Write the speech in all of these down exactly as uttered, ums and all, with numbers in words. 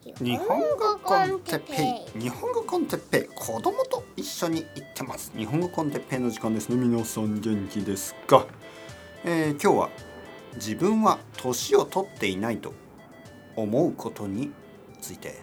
日本語コンテッペイ日本語コンテッペイ子供と一緒に行ってます。日本語コンテッペイの時間ですね。皆さん元気ですか？えー、今日は自分は年を取っていないと思うことについて。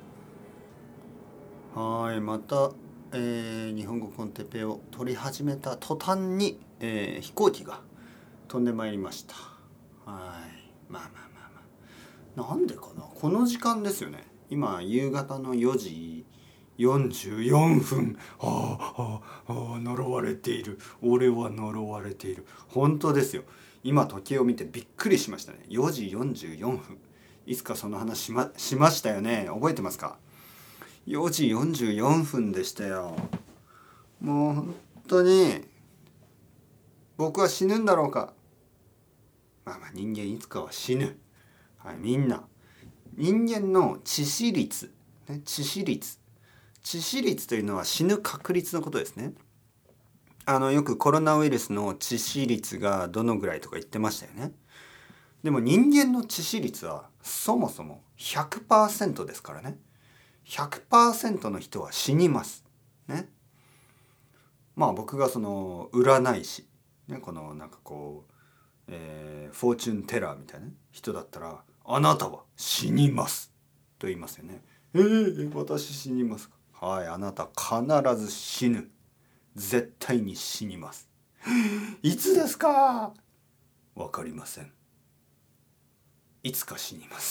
はい、また、えー、日本語コンテッペイを撮り始めた途端に、えー、飛行機が飛んでまいりました。はい、まあまあまあまあなんでかな、この時間ですよね。今夕方のよじよんじゅうよんふん。はあはあはあ、呪われている。俺は呪われている。本当ですよ。今時計を見てびっくりしましたね。よじよんじゅうよんふん。いつかその話しま、しましたよね。覚えてますか？よじよんじゅうよんふんでしたよ。もう本当に僕は死ぬんだろうか。まあまあ人間いつかは死ぬ。はい、みんな人間の致死率、ね、致死率致死率というのは死ぬ確率のことですね。あのよくコロナウイルスの致死率がどのぐらいとか言ってましたよね。でも人間の致死率はそもそも ひゃくパーセント ですからね。 ひゃくパーセント の人は死にますね。まあ僕がその占い師、ね、このなんかこう、えー、フォーチュンテラーみたいな人だったら、あなたは死にますと言いますよね。えー、私死にますか？はい、あなた必ず死ぬ。絶対に死にます。いつですか？わかりません。いつか死にます。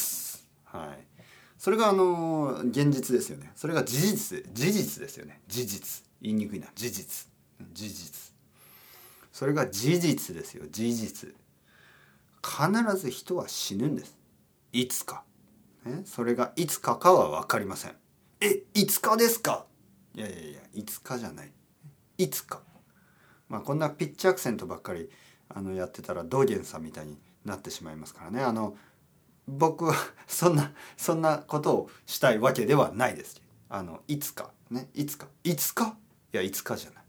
はい。それがあの現実ですよね。それが事実、事実ですよね。事実。言いにくいな。事実。事実。それが事実ですよ。事実。必ず人は死ぬんです。いつか。ね、それがいつかかは分かりません。え、いつかですか？いやいやいや、いつかじゃない。いつか。まあこんなピッチアクセントばっかりあのやってたら道元さんみたいになってしまいますからね。あの僕はそんなそんなことをしたいわけではないです。あのいつかね、いつかいつかいやいつかじゃない。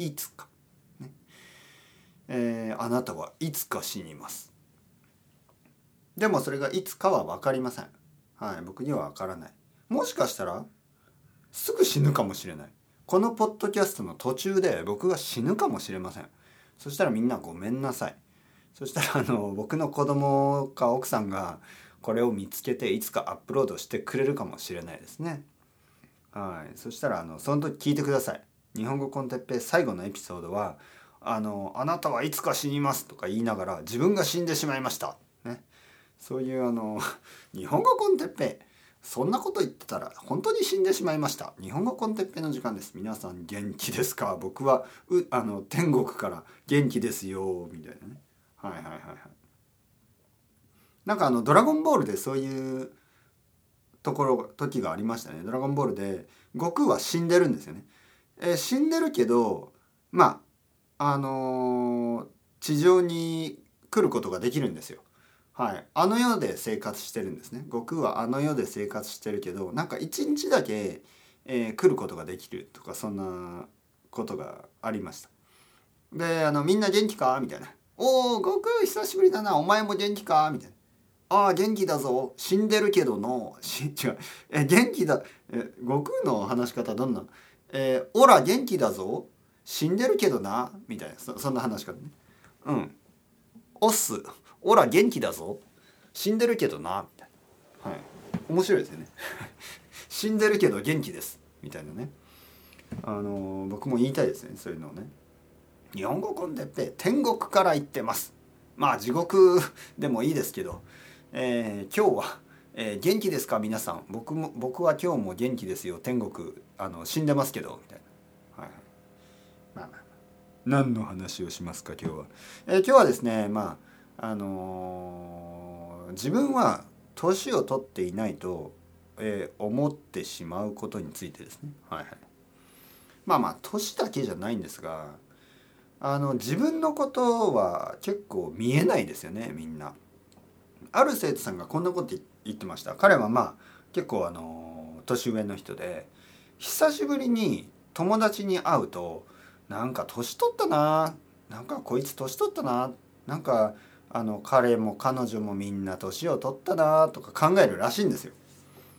いつか、ねえー、あなたはいつか死にます。でもそれがいつかは分かりません。はい、僕には分からない。もしかしたらすぐ死ぬかもしれない。このポッドキャストの途中で僕が死ぬかもしれません。そしたらみんなごめんなさい。そしたらあの僕の子供か奥さんがこれを見つけていつかアップロードしてくれるかもしれないですね。はい。そしたらあのその時聞いてください。日本語コンテッペイ最後のエピソードはあのあなたはいつか死にますとか言いながら自分が死んでしまいましたね。そういうあの日本語コンテッペイそんなこと言ってたら本当に死んでしまいました。日本語コンテッペイの時間です。皆さん元気ですか？僕はうあの天国から元気ですよみたいなね。はいはいはいはい。なんかあのドラゴンボールでそういうところ時がありましたね。ドラゴンボールで悟空は死んでるんですよね。えー死んでるけどまああのー地上に来ることができるんですよ。はい、あの世で生活してるんですね。悟空はあの世で生活してるけどなんか一日だけ、えー来ることができるとかそんなことがありました。であのみんな元気かみたいな。おお悟空久しぶりだな、お前も元気かみたいな。ああ元気だぞ、死んでるけどのし違うえ元気だえ悟空の話し方どんな、えー、オラ元気だぞ死んでるけどなみたいな そ, そんな話し方ね。うんオスオラ元気だぞ死んでるけどなみたいな。はい、面白いですよね死んでるけど元気ですみたいなね。あのー、僕も言いたいですね、そういうのをね。日本語コンテッペイ天国から言ってます。まあ地獄でもいいですけど、えー、今日は、えー、元気ですか皆さん。僕も僕は今日も元気ですよ。天国あの死んでますけどみたいな。はいはい。まあまあ何の話をしますか今日は。えー、今日はですね、まああのー、自分は年を取っていないと、えー、思ってしまうことについてですね。はいはい。まあまあ年だけじゃないんですが、あの自分のことは結構見えないですよね、みんな。ある生徒さんがこんなこと言ってました。彼はまあ結構あの年上の人で、久しぶりに友達に会うとなんか年取ったな、なんかこいつ年取ったな、なんかあの彼も彼女もみんな年を取ったなとか考えるらしいんですよ。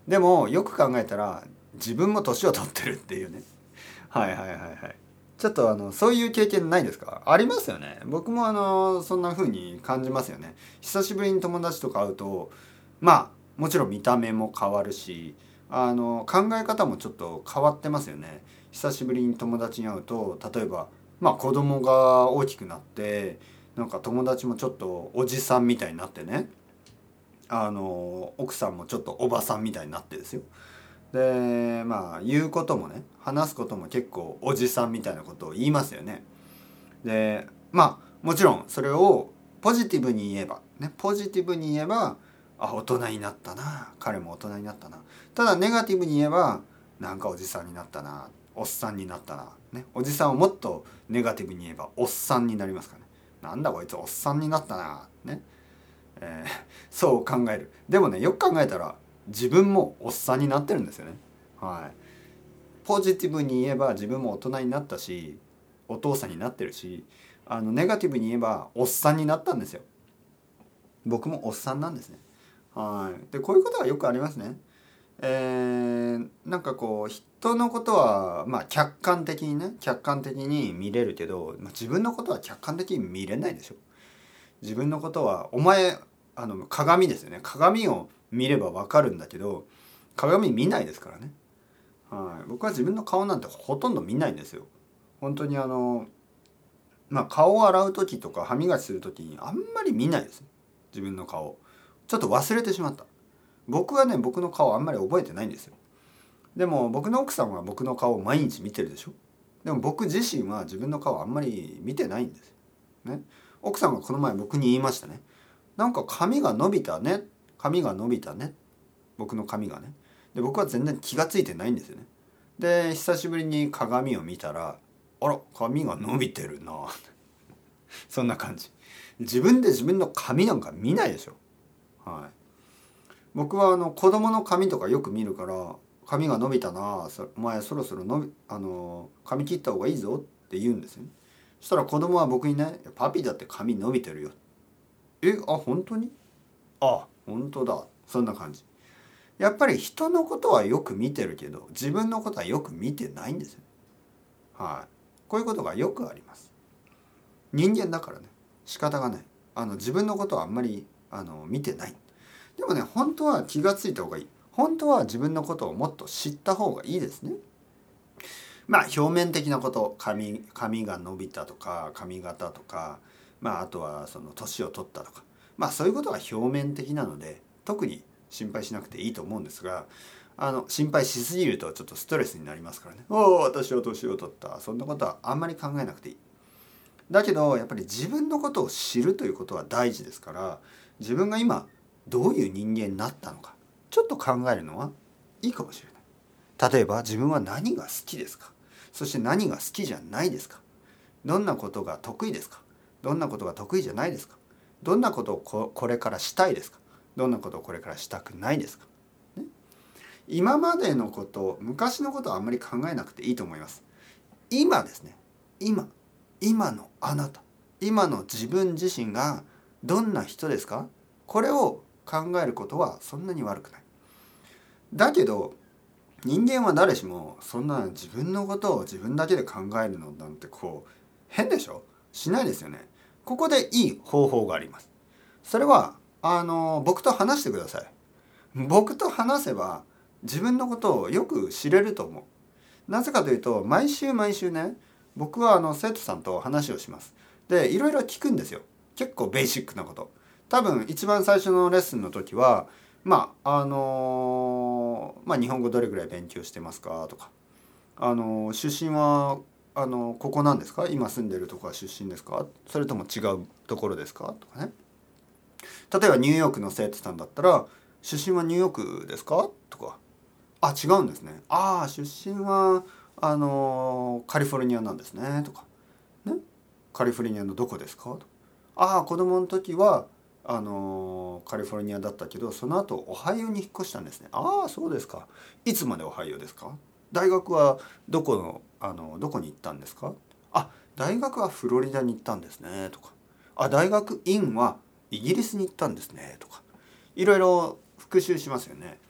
でもよく考えたら自分も年を取ってるっていうね。はいはいはいはい。ちょっとあのそういう経験ないですか？ありますよね。僕もあのそんな風に感じますよね。久しぶりに友達とか会うと、まあもちろん見た目も変わるし、あの考え方もちょっと変わってますよね。久しぶりに友達に会うと、例えばまあ子供が大きくなって、なんか友達もちょっとおじさんみたいになってね、あの奥さんもちょっとおばさんみたいになってですよ。でまあ言うこともね、話すことも結構おじさんみたいなことを言いますよね。でまあもちろんそれをポジティブに言えばね、ポジティブに言えば、あ、大人になったな、彼も大人になったな。ただネガティブに言えば、なんかおじさんになったな、おっさんになったな、ね、おじさんをもっとネガティブに言えばおっさんになりますからね。なんだこいつおっさんになったなね、えーそう考える。でもね、よく考えたら自分もおっさんになってるんですよね。はい。ポジティブに言えば自分も大人になったし、お父さんになってるし、あのネガティブに言えばおっさんになったんですよ。僕もおっさんなんですね。はい。でこういうことはよくありますね。えー、なんかこう人のことはまあ客観的にね、客観的に見れるけど、まあ、自分のことは客観的に見れないでしょ。自分のことはお前、あの鏡ですよね。鏡を見ればわかるんだけど、鏡見ないですからね。はい。僕は自分の顔なんてほとんど見ないんですよ。本当にあのまあ顔を洗う時とか歯磨きする時にあんまり見ないです。自分の顔ちょっと忘れてしまった。僕はね、僕の顔あんまり覚えてないんですよ。でも僕の奥さんは僕の顔を毎日見てるでしょ。でも僕自身は自分の顔あんまり見てないんですね。奥さんがこの前僕に言いましたね。なんか髪が伸びたね、髪が伸びたね、僕の髪がね。で僕は全然気がついてないんですよね。で久しぶりに鏡を見たら、あら髪が伸びてるなそんな感じ。自分で自分の髪なんか見ないでしょ。はい。僕はあの子供の髪とかよく見るから、髪が伸びたな、お前そろそろ伸びあの髪切った方がいいぞって言うんですよね。そしたら子供は僕にね、パピだって髪伸びてるよ。え、あ、本当に？あ、本当だ。そんな感じ。やっぱり人のことはよく見てるけど、自分のことはよく見てないんですよ。はい。こういうことがよくあります。人間だからね、仕方がない。あの自分のことはあんまりあの見てない。でもね、本当は気がついた方がいい。本当は自分のことをもっと知った方がいいですね。まあ表面的なこと、髪、髪が伸びたとか、髪型とか、まああとはその年を取ったとか、まあそういうことは表面的なので、特に心配しなくていいと思うんですが、あの心配しすぎるとちょっとストレスになりますからね。おお、私は年を取った。そんなことはあんまり考えなくていい。だけどやっぱり自分のことを知るということは大事ですから、自分が今どういう人間になったのかちょっと考えるのはいいかもしれない。例えば自分は何が好きですか、そして何が好きじゃないですか、どんなことが得意ですか、どんなことが得意じゃないですか、どんなことを こ, これからしたいですか、どんなことをこれからしたくないですか、ね、今までのこと、昔のことはあんまり考えなくていいと思います。今ですね、今今のあなた、今の自分自身がどんな人ですか、これを考えることはそんなに悪くない。だけど人間は誰しもそんな自分のことを自分だけで考えるのなんてこう変でしょ。しないですよね。ここでいい方法があります。それはあの僕と話してください。僕と話せば自分のことをよく知れると思う。なぜかというと、毎週毎週ね、僕はあの生徒さんと話をします。でいろいろ聞くんですよ。結構ベーシックなこと。多分一番最初のレッスンの時は、まああのまあ日本語どれぐらい勉強してますかとか、あの出身はあのここなんですか、今住んでるとこは出身ですか、それとも違うところですかとかね。例えばニューヨークの生徒さんだったら、出身はニューヨークですかとか、あ、違うんですね。ああ、出身はあのカリフォルニアなんですねとかね。カリフォルニアのどこですかと。ああ、子供の時はあのカリフォルニアだったけど、その後オハイオに引っ越したんですね。ああ、そうですか。いつまでオハイオですか。大学はどこのあのどこに行ったんですか。あ、大学はフロリダに行ったんですねとか。あ、大学院はイギリスに行ったんですねとか。いろいろ復習しますよね。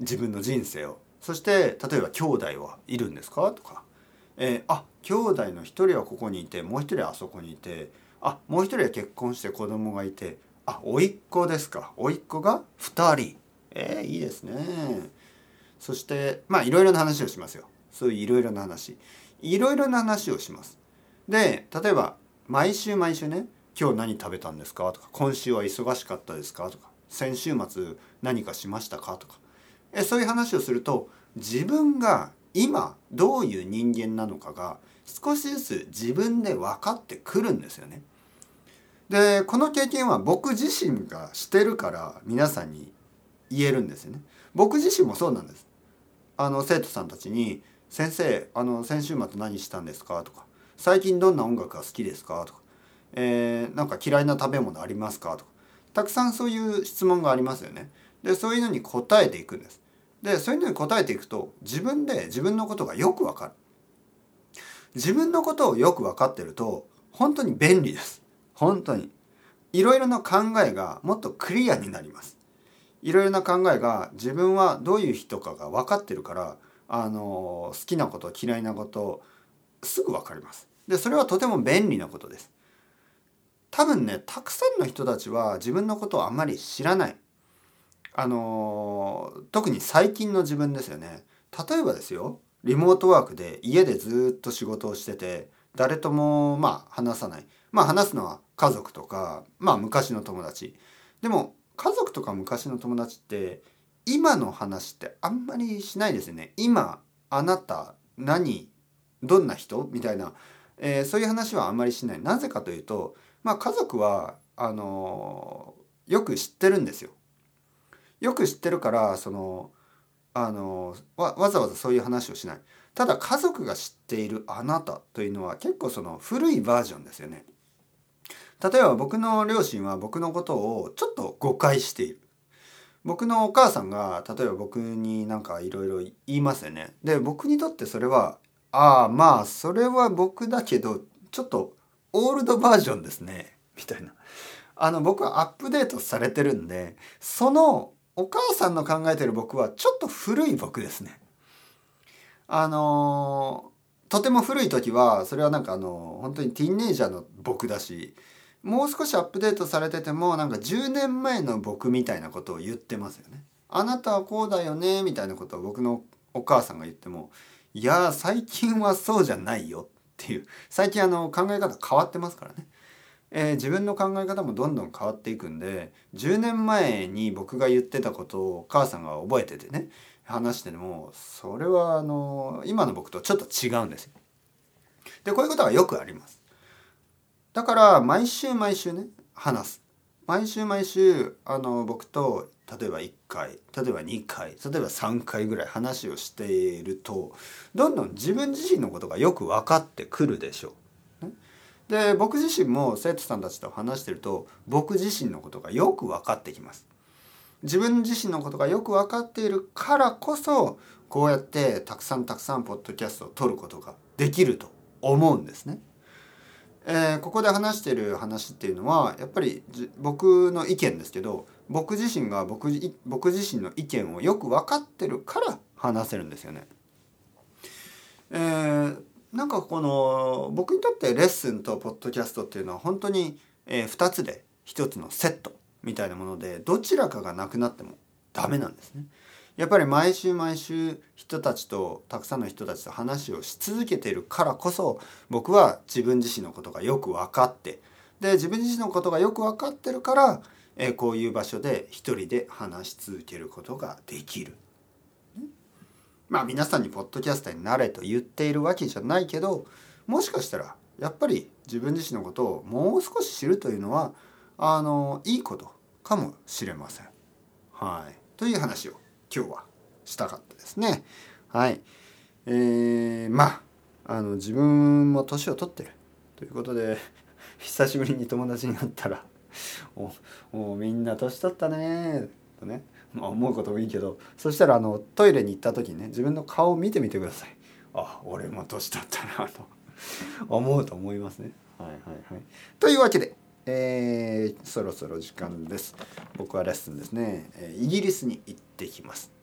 自分の人生を。そして例えば兄弟はいるんですかとか、えー、あ兄弟の一人はここにいてもう一人はあそこにいて、あもう一人は結婚して子供がいて、あ甥っ子ですか、甥っ子がふたり、えー、いいですね。そしてまあいろいろな話をしますよ。そういういろいろな話いろいろな話をします。で例えば毎週毎週ね、今日何食べたんですかとか、今週は忙しかったですかとか、先週末何かしましたかとか、えそういう話をすると自分が今どういう人間なのかが少しずつ自分で分かってくるんですよね。でこの経験は僕自身がしてるから皆さんに言えるんですよね。僕自身もそうなんです。あの生徒さんたちに「先生あの先週末何したんですか?」とか「最近どんな音楽が好きですか?」とか、えー「なんか嫌いな食べ物ありますか?」とか、たくさんそういう質問がありますよね。でそういうのに答えていくんです。でそういうのに答えていくと自分で自分のことがよくわかる。自分のことをよく分かってると本当に便利です。本当にいろいろな考えがもっとクリアになります。いろいろな考えが自分はどういう人かが分かってるから、あの好きなこと嫌いなことすぐ分かります。でそれはとても便利なことです。多分ねたくさんの人たちは自分のことをあんまり知らない。あの特に最近の自分ですよね。例えばですよ、リモートワークで家でずっと仕事をしてて誰ともまあ話さない。まあ話すのは家族とかまあ昔の友達。でも家族とか昔の友達って今の話ってあんまりしないですよね。今あなた何どんな人みたいな、えーそういう話はあんまりしない。なぜかというと、まあ家族はあのよく知ってるんですよ。よく知ってるからそのあのわわざわざそういう話をしない。ただ家族が知っているあなたというのは結構その古いバージョンですよね。例えば僕の両親は僕のことをちょっと誤解している。僕のお母さんが例えば僕になんかいろいろ言いますよね。で僕にとってそれはああまあそれは僕だけどちょっとオールドバージョンですねみたいな。あの僕はアップデートされてるんで、そのお母さんの考えてる僕はちょっと古い僕ですね。あのとても古い時はそれはなんかあの本当にティーンエイジャーの僕だし、もう少しアップデートされててもなんかじゅうねんまえの僕みたいなことを言ってますよね。あなたはこうだよねみたいなことを僕のお母さんが言っても、いや最近はそうじゃないよっていう、最近あの考え方変わってますからね。えー自分の考え方もどんどん変わっていくんで、じゅうねんまえに僕が言ってたことをお母さんが覚えててね話しても、それはあの今の僕とちょっと違うんですよ。でこういうことがよくあります。だから毎週毎週ね話す。毎週毎週あの僕と例えばいっかい例えばにかい例えばさんかいぐらい話をしていると、どんどん自分自身のことがよく分かってくるでしょう。ねで僕自身も生徒さんたちと話してると僕自身のことがよく分かってきます。自分自身のことがよく分かっているからこそこうやってたくさんたくさんポッドキャストを撮ることができると思うんですね。えーここで話している話っていうのはやっぱりじ僕の意見ですけど、僕自身が僕い僕自身の意見をよく分かってるから話せるんですよね。えーなんかこの僕にとってレッスンとポッドキャストっていうのは本当に、えーふたつでひとつのセットみたいなもので、どちらかがなくなってもダメなんですね。やっぱり毎週毎週人たちとたくさんの人たちと話をし続けているからこそ、僕は自分自身のことがよく分かって、で自分自身のことがよく分かってるから、えーこういう場所で一人で話し続けることができる。まあ皆さんにポッドキャスターになれと言っているわけじゃないけど、もしかしたらやっぱり自分自身のことをもう少し知るというのはあのいいことかもしれません。はい、という話を今日はしたかったですね。はい、えー、まああの自分も年を取ってるということで久しぶりに友達に会ったらおおみんな年取ったねとね、まあ、思うこともいいけど、そしたらあのトイレに行った時にね自分の顔を見てみてください。あ、俺も年取ったなと思うと思いますね。はいはいはい。というわけで、えーそろそろ時間です。僕はレッスンですね、えーイギリスに行ってきます。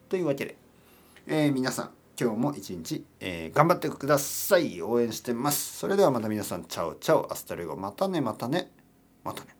というわけで、えー、皆さん今日も一日、えー、頑張ってください。応援してます。それではまた皆さんチャオチャオアスタレゴ、またねまたねまたね。